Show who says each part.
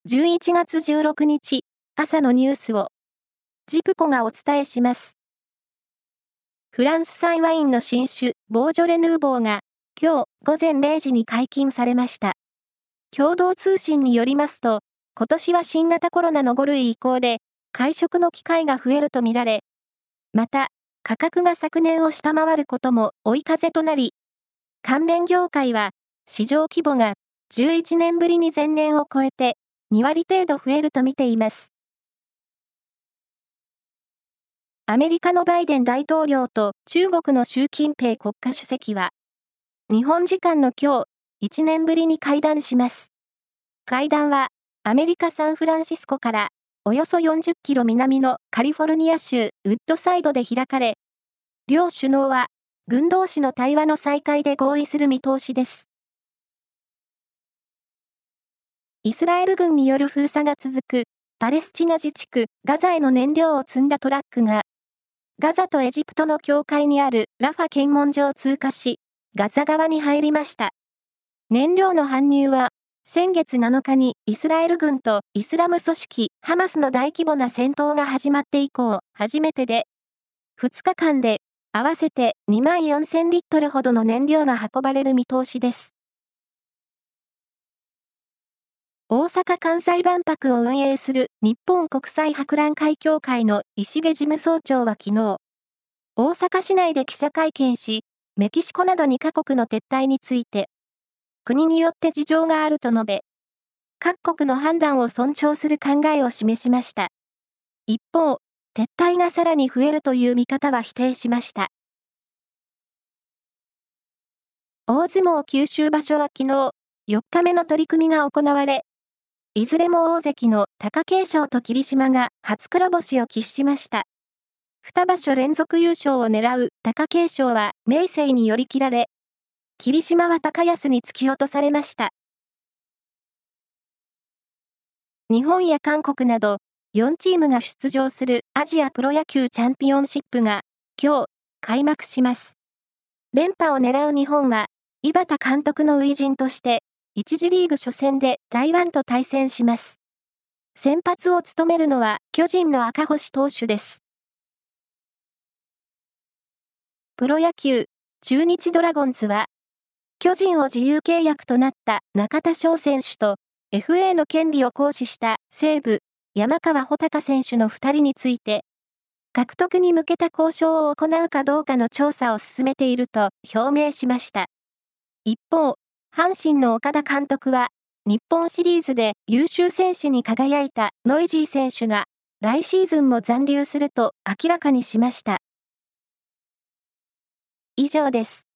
Speaker 1: 11月16日朝のニュースをジプコがお伝えします。フランス産ワインの新酒ボージョレ・ヌーボーが今日午前0時に解禁されました。共同通信によりますと、今年は新型コロナの5類移行で会食の機会が増えるとみられ、また価格が昨年を下回ることも追い風となり、関連業界は市場規模が11年ぶりに前年を超えて2割程度増えると見ています。アメリカのバイデン大統領と中国の習近平国家主席は、日本時間の今日、1年ぶりに会談します。会談は、アメリカ・サンフランシスコからおよそ40キロ南のカリフォルニア州ウッドサイドで開かれ、両首脳は、軍同士の対話の再開で合意する見通しです。イスラエル軍による封鎖が続くパレスチナ自治区ガザへの燃料を積んだトラックが、ガザとエジプトの境界にあるラファ検問所を通過し、ガザ側に入りました。燃料の搬入は、先月7日にイスラエル軍とイスラム組織ハマスの大規模な戦闘が始まって以降、初めてで、2日間で合わせて2万4000リットルほどの燃料が運ばれる見通しです。大阪・関西万博を運営する日本国際博覧会協会の石毛事務総長は昨日、大阪市内で記者会見し、メキシコなど2カ国の撤退について、国によって事情があると述べ、各国の判断を尊重する考えを示しました。一方、撤退がさらに増えるという見方は否定しました。大相撲九州場所は昨日、4日目の取り組みが行われ、いずれも大関の貴景勝と霧島が初黒星を喫しました。2場所連続優勝を狙う貴景勝は明生に寄り切られ、霧島は高安に突き落とされました。日本や韓国など4チームが出場するアジアプロ野球チャンピオンシップが今日開幕します。連覇を狙う日本は井端監督の初陣として1次リーグ初戦で台湾と対戦します。先発を務めるのは巨人の赤星投手です。プロ野球、中日ドラゴンズは、巨人を自由契約となった中田翔選手と FA の権利を行使した西武、山川穂高選手の2人について、獲得に向けた交渉を行うかどうかの調査を進めていると表明しました。一方、阪神の岡田監督は、日本シリーズで優秀選手に輝いたノイジー選手が、来シーズンも残留すると明らかにしました。以上です。